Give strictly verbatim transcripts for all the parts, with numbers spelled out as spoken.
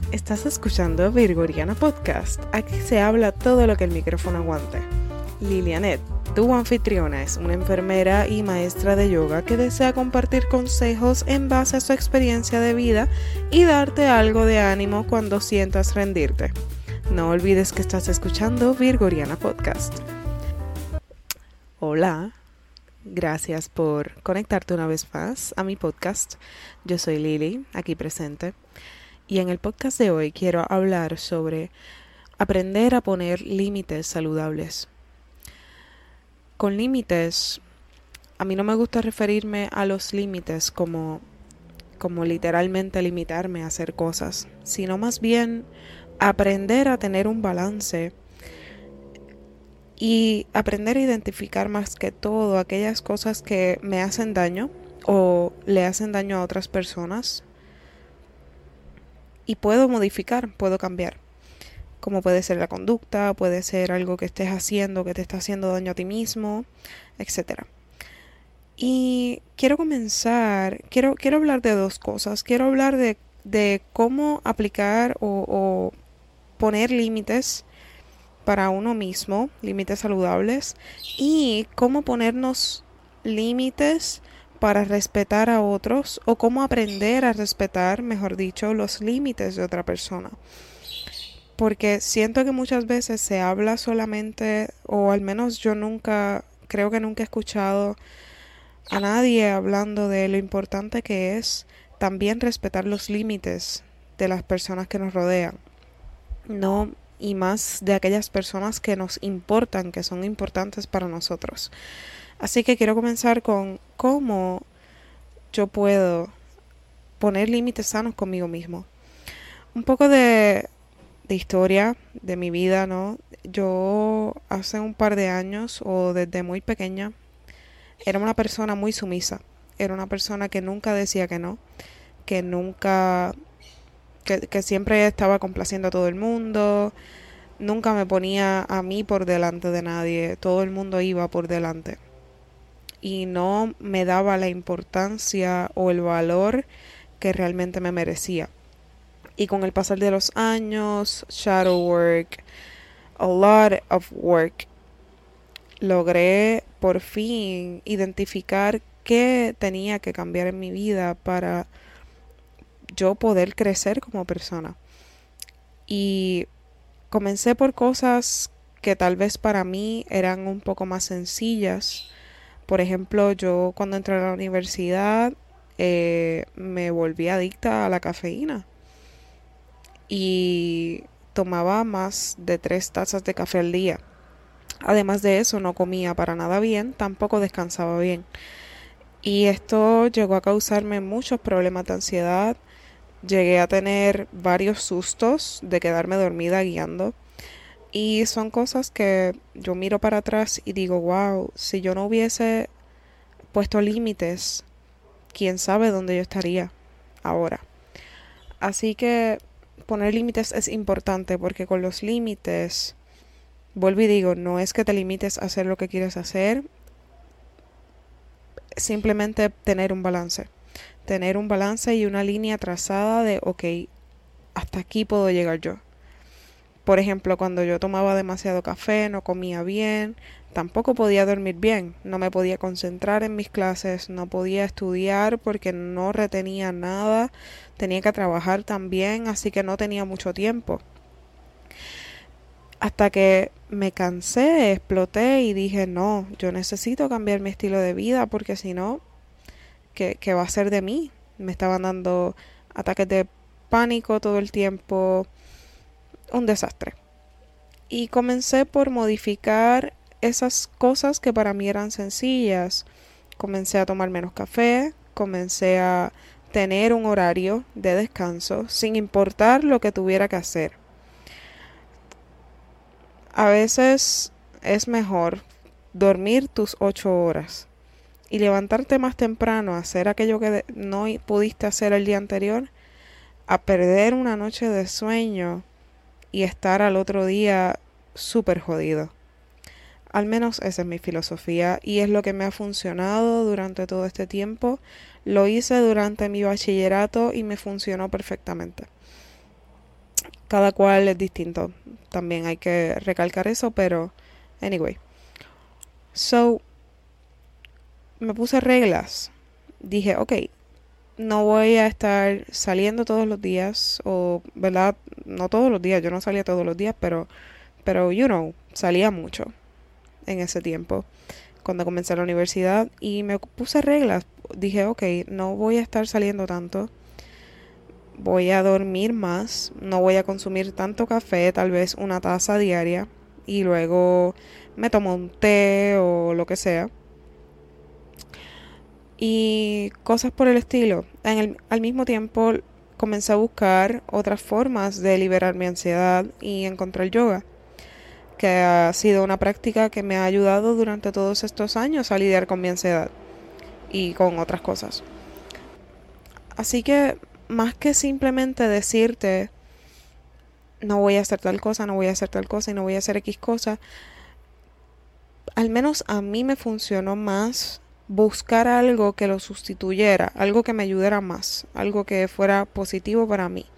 Estás escuchando Virgoriana Podcast. Aquí se habla todo lo que el micrófono aguante. Lilianet, tu anfitriona, es una enfermera y maestra de yoga que desea compartir consejos en base a su experiencia de vida y darte algo de ánimo cuando sientas rendirte. No olvides que estás escuchando Virgoriana Podcast. Hola, gracias por conectarte una vez más a mi podcast. Yo soy Lili, aquí presente. Y en el podcast de hoy quiero hablar sobre aprender a poner límites saludables. Con límites, a mí no me gusta referirme a los límites como, como literalmente limitarme a hacer cosas, sino más bien aprender a tener un balance y aprender a identificar más que todo aquellas cosas que me hacen daño o le hacen daño a otras personas. Y puedo modificar, puedo cambiar. Como puede ser la conducta, puede ser algo que estés haciendo que te está haciendo daño a ti mismo, etcétera. Y quiero comenzar, quiero, quiero hablar de dos cosas. Quiero hablar de, de cómo aplicar o, o poner límites para uno mismo, límites saludables, y cómo ponernos límites para respetar a otros o cómo aprender a respetar, mejor dicho, los límites de otra persona. Porque siento que muchas veces se habla solamente, o al menos yo nunca, creo que nunca he escuchado a nadie hablando de lo importante que es también respetar los límites de las personas que nos rodean. No, y más de aquellas personas que nos importan, que son importantes para nosotros. Así que quiero comenzar con cómo yo puedo poner límites sanos conmigo mismo. Un poco de, de historia de mi vida, ¿no? Yo hace un par de años o desde muy pequeña era una persona muy sumisa. Era una persona que nunca decía que no, que nunca, que, que siempre estaba complaciendo a todo el mundo. Nunca me ponía a mí por delante de nadie. Todo el mundo iba por delante. Y no me daba la importancia o el valor que realmente me merecía. Y con el pasar de los años, shadow work, a lot of work, logré por fin identificar qué tenía que cambiar en mi vida para yo poder crecer como persona. Y comencé por cosas que tal vez para mí eran un poco más sencillas. Por ejemplo, yo cuando entré a la universidad eh, me volví adicta a la cafeína y tomaba más de tres tazas de café al día. Además de eso, no comía para nada bien, tampoco descansaba bien. Y esto llegó a causarme muchos problemas de ansiedad. Llegué a tener varios sustos de quedarme dormida guiando. Y son cosas que yo miro para atrás y digo, wow, si yo no hubiese puesto límites, quién sabe dónde yo estaría ahora. Así que poner límites es importante porque con los límites, vuelvo y digo, no es que te limites a hacer lo que quieres hacer, simplemente tener un balance. Tener un balance y una línea trazada de, ok, hasta aquí puedo llegar yo. Por ejemplo, cuando yo tomaba demasiado café, no comía bien, tampoco podía dormir bien, no me podía concentrar en mis clases, no podía estudiar porque no retenía nada, tenía que trabajar también, así que no tenía mucho tiempo. Hasta que me cansé, exploté y dije, no, yo necesito cambiar mi estilo de vida porque si no, ¿qué, qué va a ser de mí? Me estaban dando ataques de pánico todo el tiempo. Un desastre. Y comencé por modificar esas cosas que para mí eran sencillas. Comencé a tomar menos café, comencé a tener un horario de descanso sin importar lo que tuviera que hacer. A veces es mejor dormir tus ocho horas y levantarte más temprano a hacer aquello que no pudiste hacer el día anterior, a perder una noche de sueño y estar al otro día súper jodido. Al menos esa es mi filosofía y es lo que me ha funcionado durante todo este tiempo. Lo hice durante mi bachillerato y me funcionó perfectamente. Cada cual es distinto. También hay que recalcar eso, pero anyway. So, me puse reglas. Dije, ok, no voy a estar saliendo todos los días, o, ¿verdad? No todos los días, yo no salía todos los días, pero, pero, you know, salía mucho en ese tiempo, cuando comencé la universidad, y me puse reglas. Dije, ok, no voy a estar saliendo tanto, voy a dormir más, no voy a consumir tanto café, tal vez una taza diaria, y luego me tomo un té o lo que sea, y cosas por el estilo. En el, al mismo tiempo comencé a buscar otras formas de liberar mi ansiedad y encontré el yoga, que ha sido una práctica que me ha ayudado durante todos estos años a lidiar con mi ansiedad y con otras cosas. Así que más que simplemente decirte no voy a hacer tal cosa, no voy a hacer tal cosa y no voy a hacer X cosa, al menos a mí me funcionó más buscar algo que lo sustituyera, algo que me ayudara más, algo que fuera positivo para mí.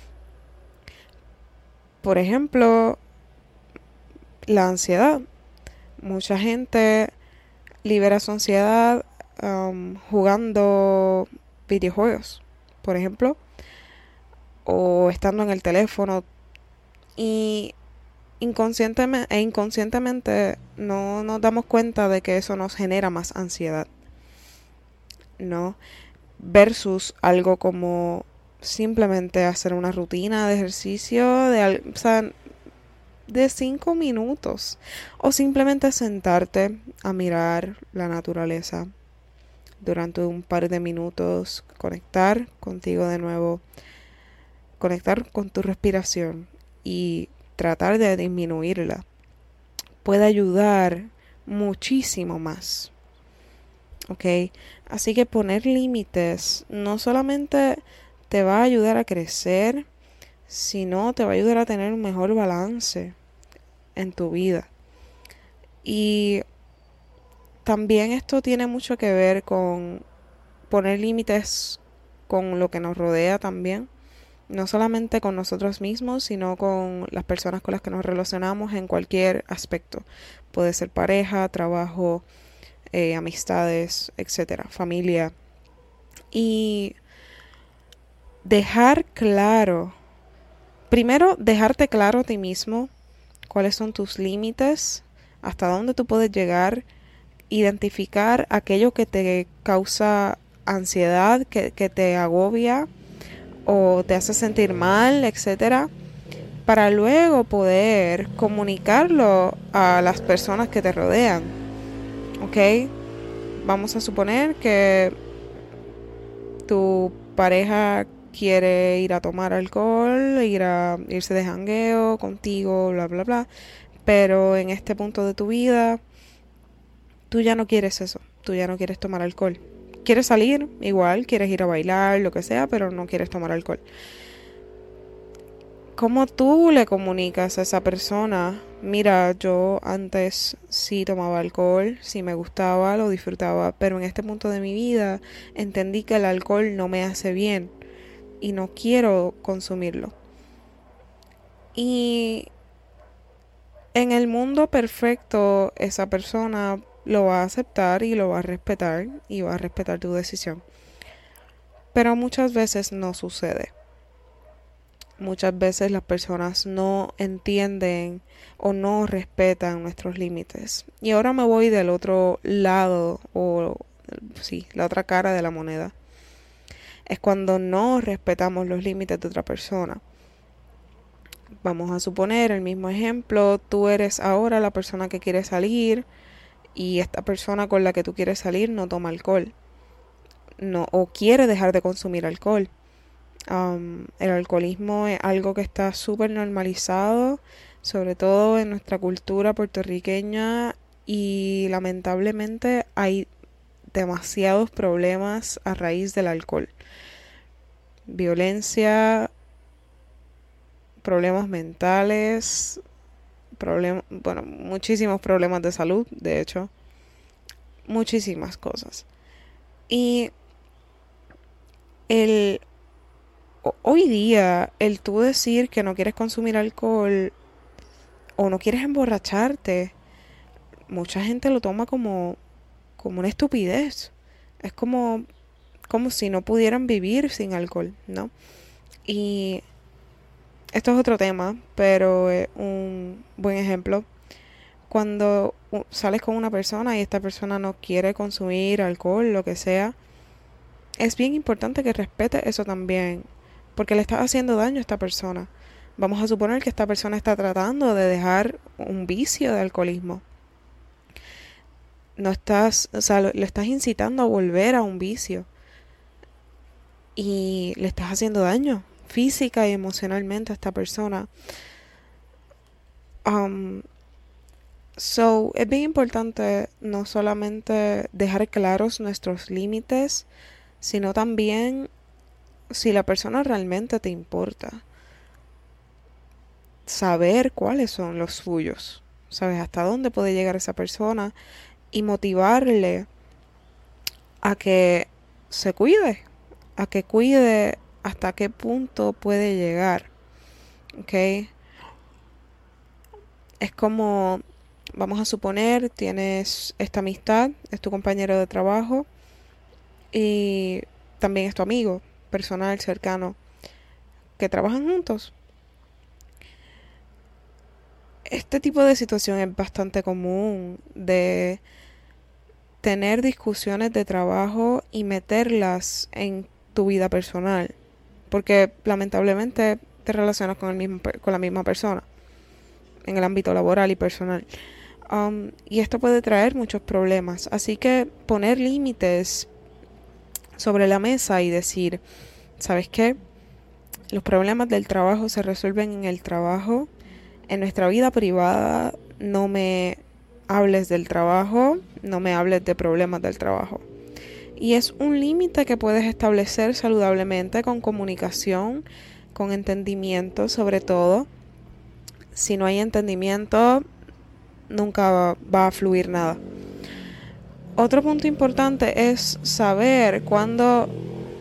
Por ejemplo, la ansiedad. Mucha gente libera su ansiedad um, jugando videojuegos, por ejemplo, o estando en el teléfono, y inconscientemente e inconscientemente no nos damos cuenta de que eso nos genera más ansiedad, ¿no? Versus algo como simplemente hacer una rutina de ejercicio de, o sea, de cinco minutos, o simplemente sentarte a mirar la naturaleza durante un par de minutos, conectar contigo de nuevo, conectar con tu respiración y tratar de disminuirla, puede ayudar muchísimo más. ¿Ok? Así que poner límites no solamente te va a ayudar a crecer, sino te va a ayudar a tener un mejor balance en tu vida. Y también esto tiene mucho que ver con poner límites con lo que nos rodea también. No solamente con nosotros mismos, sino con las personas con las que nos relacionamos en cualquier aspecto. Puede ser pareja, trabajo, eh, amistades, etcétera, familia. Y dejar claro, primero dejarte claro a ti mismo cuáles son tus límites, hasta dónde tú puedes llegar, identificar aquello que te causa ansiedad, que, que te agobia o te hace sentir mal, etcétera, para luego poder comunicarlo a las personas que te rodean. ¿Ok? Vamos a suponer que tu pareja quiere ir a tomar alcohol, ir a irse de jangueo contigo, bla, bla, bla, pero en este punto de tu vida tú ya no quieres eso, tú ya no quieres tomar alcohol. Quieres salir, igual, quieres ir a bailar, lo que sea, pero no quieres tomar alcohol. ¿Cómo tú le comunicas a esa persona? Mira, yo antes sí tomaba alcohol, sí me gustaba, lo disfrutaba, pero en este punto de mi vida entendí que el alcohol no me hace bien y no quiero consumirlo. Y en el mundo perfecto, esa persona lo va a aceptar y lo va a respetar y va a respetar tu decisión. Pero muchas veces no sucede. Muchas veces las personas no entienden o no respetan nuestros límites. Y ahora me voy del otro lado, o sí, la otra cara de la moneda. Es cuando no respetamos los límites de otra persona. Vamos a suponer el mismo ejemplo, tú eres ahora la persona que quiere salir y esta persona con la que tú quieres salir no toma alcohol, no, o quiere dejar de consumir alcohol. Um, el alcoholismo es algo que está súper normalizado, sobre todo en nuestra cultura puertorriqueña, y lamentablemente hay demasiados problemas a raíz del alcohol. Violencia, problemas mentales, problem bueno, muchísimos problemas de salud, de hecho, muchísimas cosas. Y el hoy día, el tú decir que no quieres consumir alcohol o no quieres emborracharte, mucha gente lo toma como, como una estupidez. Es como, como si no pudieran vivir sin alcohol, ¿no? Y esto es otro tema, pero es un buen ejemplo. Cuando uh, sales con una persona y esta persona no quiere consumir alcohol, lo que sea, es bien importante que respete eso también, porque le estás haciendo daño a esta persona. Vamos a suponer que esta persona está tratando de dejar un vicio de alcoholismo. No estás, o sea, le estás incitando a volver a un vicio y le estás haciendo daño física y emocionalmente a esta persona. Um, so, es bien importante no solamente dejar claros nuestros límites, sino también si la persona realmente te importa, saber cuáles son los suyos, sabes hasta dónde puede llegar esa persona y motivarle a que se cuide, a que cuide hasta qué punto puede llegar, ¿ok? Es como, vamos a suponer, tienes esta amistad, es tu compañero de trabajo y también es tu amigo personal, cercano, que trabajan juntos. Este tipo de situación es bastante común de tener discusiones de trabajo y meterlas en tu vida personal, porque lamentablemente te relacionas con el mismo con la misma persona en el ámbito laboral y personal. Um, y esto puede traer muchos problemas, así que poner límites sobre la mesa y decir, ¿sabes qué? Los problemas del trabajo se resuelven en el trabajo. En nuestra vida privada no me hables del trabajo, no me hables de problemas del trabajo. Y es un límite que puedes establecer saludablemente con comunicación, con entendimiento sobre todo. Si no hay entendimiento, nunca va a fluir nada. Otro punto importante es saber cuándo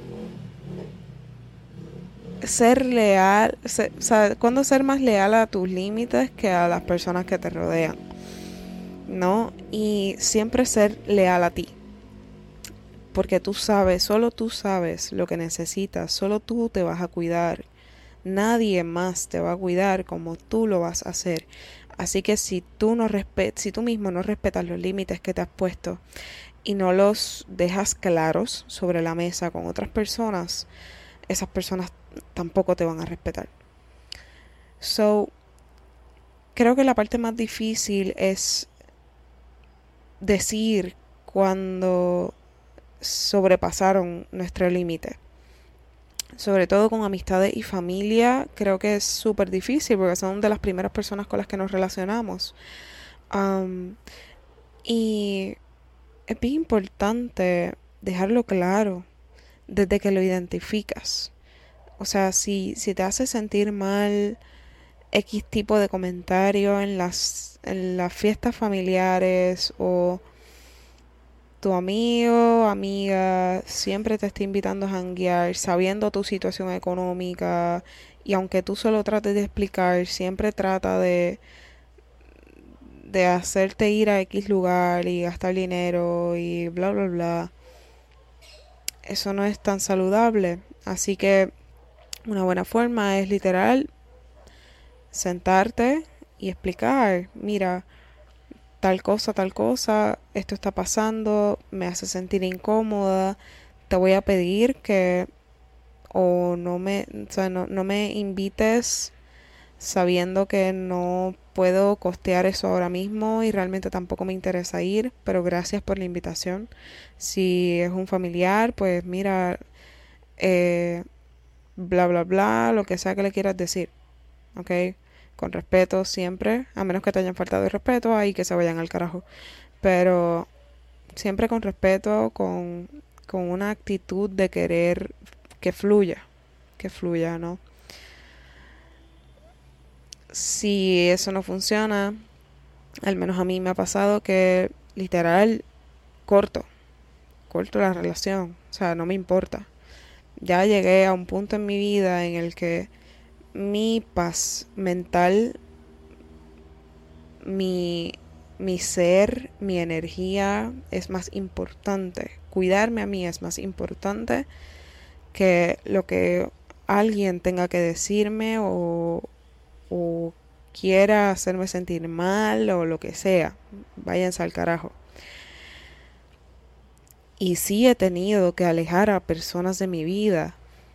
ser leal, ser, o sea, cuándo ser más leal a tus límites que a las personas que te rodean, ¿no? Y siempre ser leal a ti. Porque tú sabes, solo tú sabes lo que necesitas, solo tú te vas a cuidar. Nadie más te va a cuidar como tú lo vas a hacer. Así que si tú no respet si tú mismo no respetas los límites que te has puesto y no los dejas claros sobre la mesa con otras personas, esas personas tampoco te van a respetar. So, creo que la parte más difícil es decir cuando sobrepasaron nuestro límite. Sobre todo con amistades y familia, creo que es súper difícil porque son de las primeras personas con las que nos relacionamos. Um, y es bien importante dejarlo claro desde que lo identificas. O sea, si, si te hace sentir mal X tipo de comentario en las, en las fiestas familiares o tu amigo, amiga, siempre te está invitando a janguear, sabiendo tu situación económica, y aunque tú solo trates de explicar, siempre trata de, de hacerte ir a X lugar y gastar dinero y bla, bla, bla. Eso no es tan saludable. Así que una buena forma es literal sentarte y explicar, mira, tal cosa, tal cosa, esto está pasando, me hace sentir incómoda, te voy a pedir que o no me, o sea, no, no me invites sabiendo que no puedo costear eso ahora mismo y realmente tampoco me interesa ir, pero gracias por la invitación. Si es un familiar, pues mira, eh, bla, bla, bla, lo que sea que le quieras decir, ¿ok? Con respeto siempre, a menos que te hayan faltado el respeto, ahí que se vayan al carajo. Pero siempre con respeto, con, con una actitud de querer que fluya, que fluya, ¿no? Si eso no funciona, al menos a mí me ha pasado que literal corto, corto la relación, o sea, no me importa. Ya llegué a un punto en mi vida en el que mi paz mental, mi, mi ser, mi energía es más importante. Cuidarme a mí es más importante que lo que alguien tenga que decirme o, o quiera hacerme sentir mal o lo que sea. Váyanse al carajo. Y sí he tenido que alejar a personas de mi vida.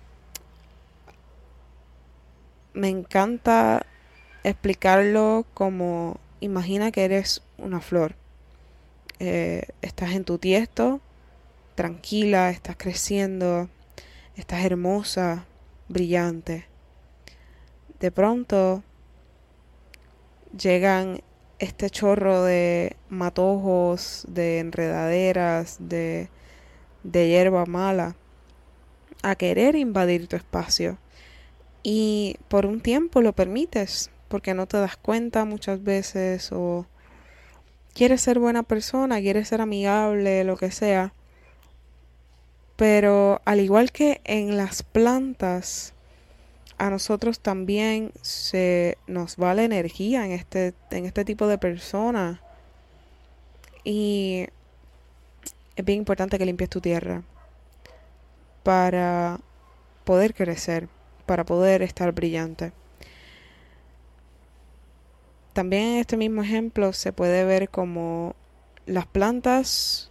Me encanta explicarlo como imagina que eres una flor. Eh, estás en tu tiesto, tranquila, estás creciendo, estás hermosa, brillante. De pronto llegan este chorro de matojos, de enredaderas, de, de hierba mala a querer invadir tu espacio. Y por un tiempo lo permites, porque no te das cuenta muchas veces o quieres ser buena persona, quieres ser amigable, lo que sea. Pero al igual que en las plantas, a nosotros también se nos va la energía en este, en este tipo de personas. Y es bien importante que limpies tu tierra para poder crecer, para poder estar brillante. También en este mismo ejemplo se puede ver como las plantas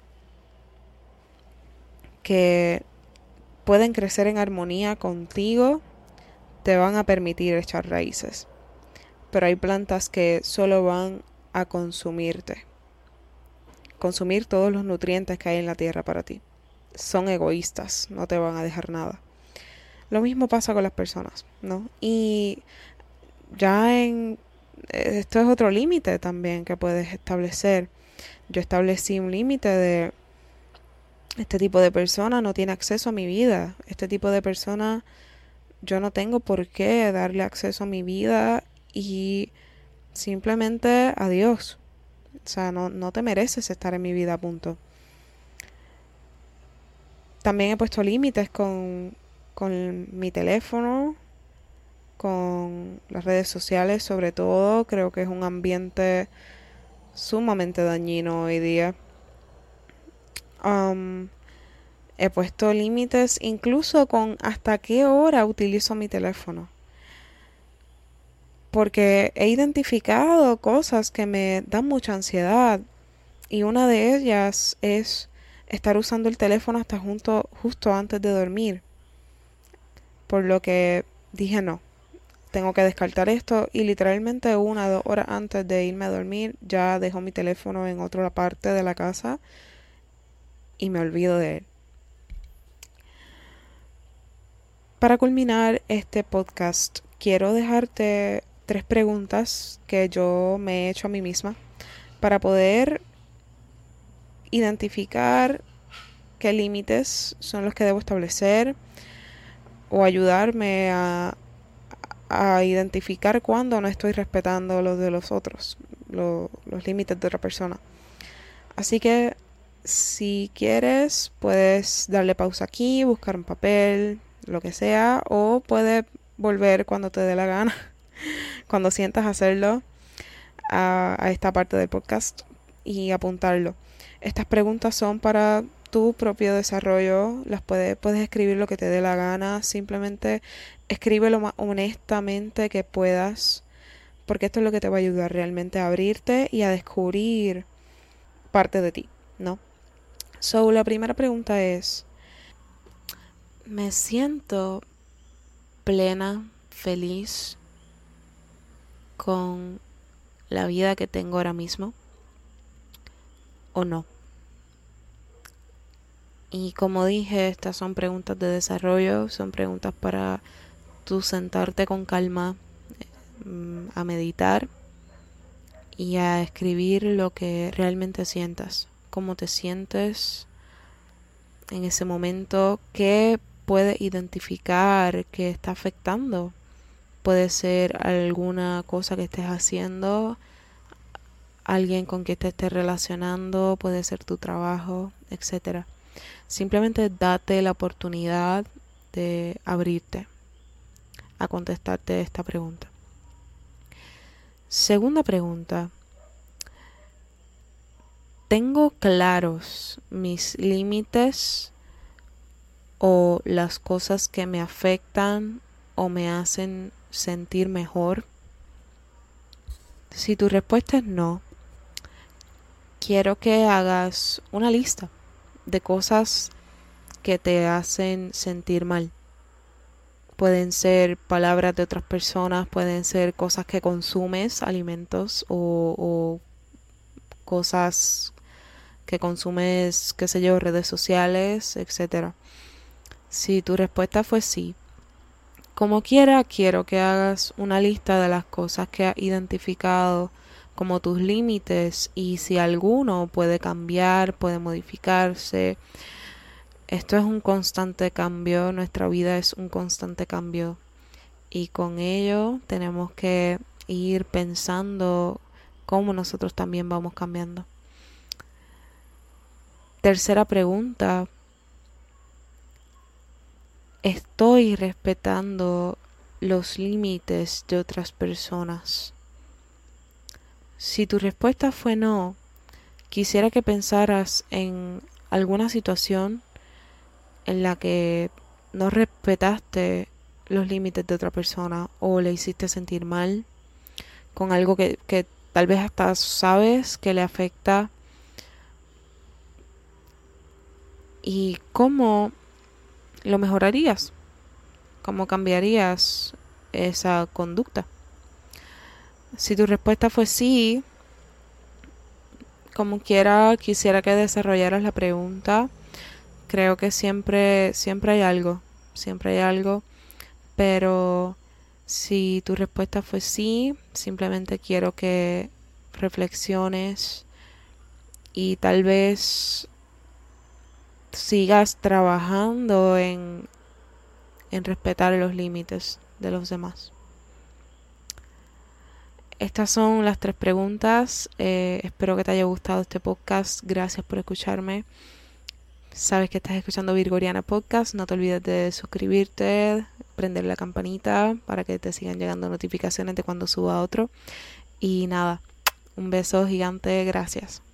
que pueden crecer en armonía contigo te van a permitir echar raíces. Pero hay plantas que solo van a consumirte. Consumir todos los nutrientes que hay en la tierra para ti. Son egoístas, no te van a dejar nada. Lo mismo pasa con las personas, ¿no? Y ya en... Esto es otro límite también que puedes establecer. Yo establecí un límite de este tipo de persona no tiene acceso a mi vida. Este tipo de persona yo no tengo por qué darle acceso a mi vida y simplemente adiós. O sea, no, no te mereces estar en mi vida, punto. También he puesto límites con, con mi teléfono, con las redes sociales, sobre todo. Creo que es un ambiente sumamente dañino hoy día. Um, he puesto límites incluso con hasta qué hora utilizo mi teléfono. Porque he identificado cosas que me dan mucha ansiedad. Y una de ellas es estar usando el teléfono hasta junto, justo antes de dormir. Por lo que dije no, tengo que descartar esto y literalmente una o dos horas antes de irme a dormir ya dejo mi teléfono en otra parte de la casa y me olvido de él. Para culminar este podcast, quiero dejarte tres preguntas que yo me he hecho a mí misma para poder identificar qué límites son los que debo establecer o ayudarme a, a identificar cuándo no estoy respetando los de los otros, lo, los límites de otra persona. Así que si quieres puedes darle pausa aquí, buscar un papel, lo que sea, o puedes volver cuando te dé la gana, cuando sientas hacerlo a, a esta parte del podcast y apuntarlo. Estas preguntas son para tu propio desarrollo, las puedes, puedes escribir lo que te dé la gana, simplemente escribe lo más honestamente que puedas, porque esto es lo que te va a ayudar realmente a abrirte y a descubrir parte de ti, ¿no? So, la primera pregunta es, ¿me siento plena, feliz con la vida que tengo ahora mismo o no? Y como dije, estas son preguntas de desarrollo, son preguntas para tú sentarte con calma, eh, a meditar y a escribir lo que realmente sientas, cómo te sientes en ese momento, qué puedes identificar que está afectando. Puede ser alguna cosa que estés haciendo, alguien con quien te estés relacionando, puede ser tu trabajo, etcétera. Simplemente date la oportunidad de abrirte a contestarte esta pregunta. Segunda pregunta. ¿Tengo claros mis límites o las cosas que me afectan o me hacen sentir mejor? Si tu respuesta es no, quiero que hagas una lista de cosas que te hacen sentir mal. Pueden ser palabras de otras personas, pueden ser cosas que consumes, alimentos o, o cosas que consumes, qué sé yo, redes sociales, etcétera. Si tu respuesta fue sí, como quiera, quiero que hagas una lista de las cosas que has identificado como tus límites y si alguno puede cambiar, puede modificarse. Esto es un constante cambio, nuestra vida es un constante cambio y con ello tenemos que ir pensando cómo nosotros también vamos cambiando. Tercera pregunta. ¿Estoy respetando los límites de otras personas? Si tu respuesta fue no, quisiera que pensaras en alguna situación en la que no respetaste los límites de otra persona o le hiciste sentir mal con algo que, que tal vez hasta sabes que le afecta. ¿Y cómo lo mejorarías? ¿Cómo cambiarías esa conducta? Si tu respuesta fue sí, como quiera, quisiera que desarrollaras la pregunta. Creo que siempre, siempre hay algo, siempre hay algo, pero si tu respuesta fue sí, simplemente quiero que reflexiones y tal vez sigas trabajando en, en respetar los límites de los demás. Estas son las tres preguntas. Eh, espero que te haya gustado este podcast. Gracias por escucharme. Sabes que estás escuchando Virgoriana Podcast. No te olvides de suscribirte, prender la campanita para que te sigan llegando notificaciones de cuando suba otro. Y nada, un beso gigante. Gracias.